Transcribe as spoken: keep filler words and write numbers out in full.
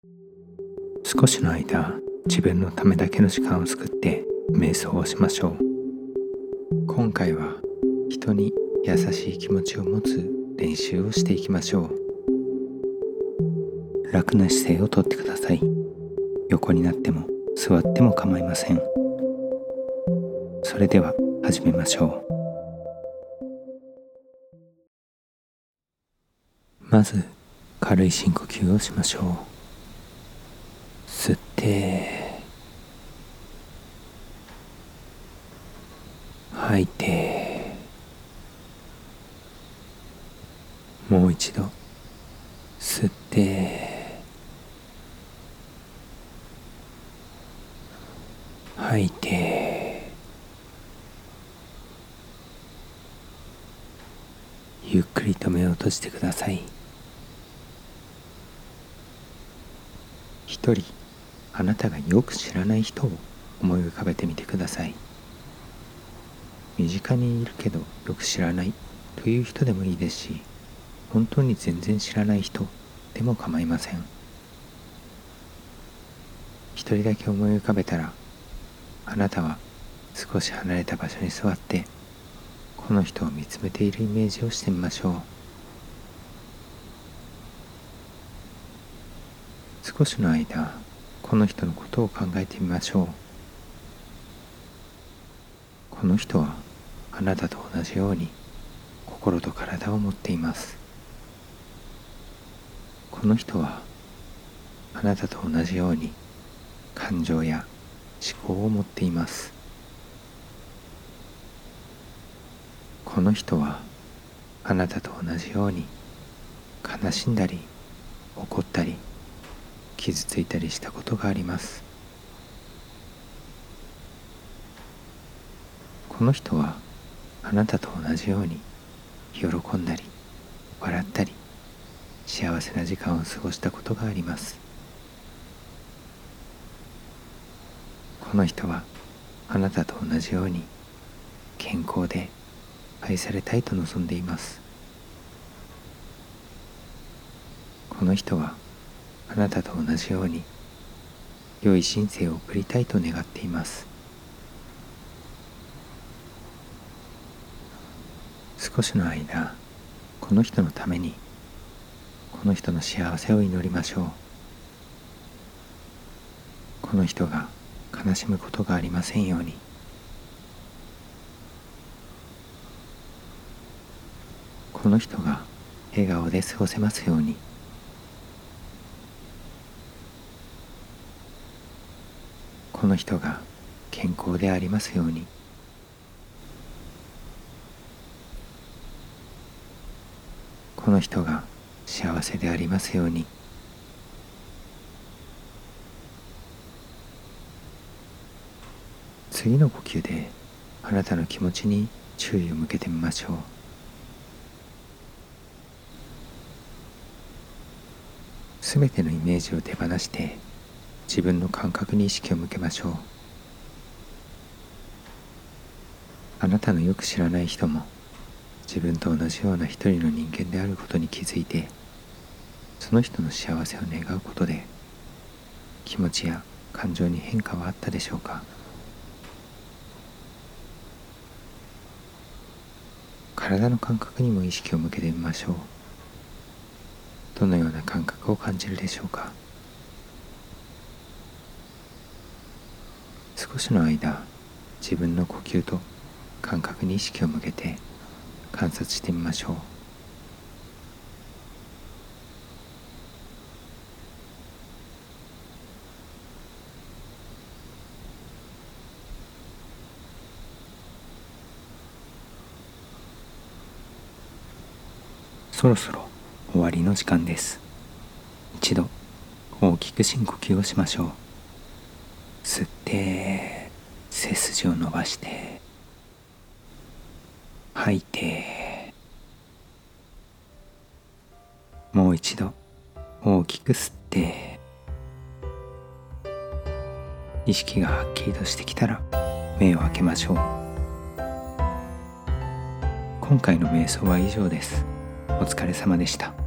少しの間、自分のためだけの時間を作って瞑想をしましょう。今回は人に優しい気持ちを持つ練習をしていきましょう。楽な姿勢をとってください。横になっても座っても構いません。それでは始めましょう。まず軽い深呼吸をしましょう。吸って吐いて、もう一度吸って吐いて、ゆっくりと目を閉じてください。一人あなたがよく知らない人を思い浮かべてみてください。身近にいるけどよく知らないという人でもいいですし、本当に全然知らない人でも構いません。一人だけ思い浮かべたら、あなたは少し離れた場所に座ってこの人を見つめているイメージをしてみましょう。少しの間、この人のことを考えてみましょう。この人はあなたと同じように心と体を持っています。この人はあなたと同じように感情や思考を持っています。この人はあなたと同じように悲しんだり怒ったり傷ついたりしたことがあります。この人はあなたと同じように喜んだり笑ったり幸せな時間を過ごしたことがあります。この人はあなたと同じように健康で愛されたいと望んでいます。この人はあなたと同じように良い人生を送りたいと願っています。少しの間、この人のためにこの人の幸せを祈りましょう。この人が悲しむことがありませんように。この人が笑顔で過ごせますように。この人が健康でありますように。この人が幸せでありますように。次の呼吸であなたの気持ちに注意を向けてみましょう。すべてのイメージを手放して自分の感覚に意識を向けましょう。あなたのよく知らない人も自分と同じような一人の人間であることに気づいて、その人の幸せを願うことで気持ちや感情に変化はあったでしょうか。体の感覚にも意識を向けてみましょう。どのような感覚を感じるでしょうか。少しの間、自分の呼吸と感覚に意識を向けて観察してみましょう。そろそろ終わりの時間です。一度大きく深呼吸をしましょう。吸って背筋を伸ばして、吐いて、もう一度大きく吸って、意識がはっきりとしてきたら目を開けましょう。今回の瞑想は以上です。お疲れ様でした。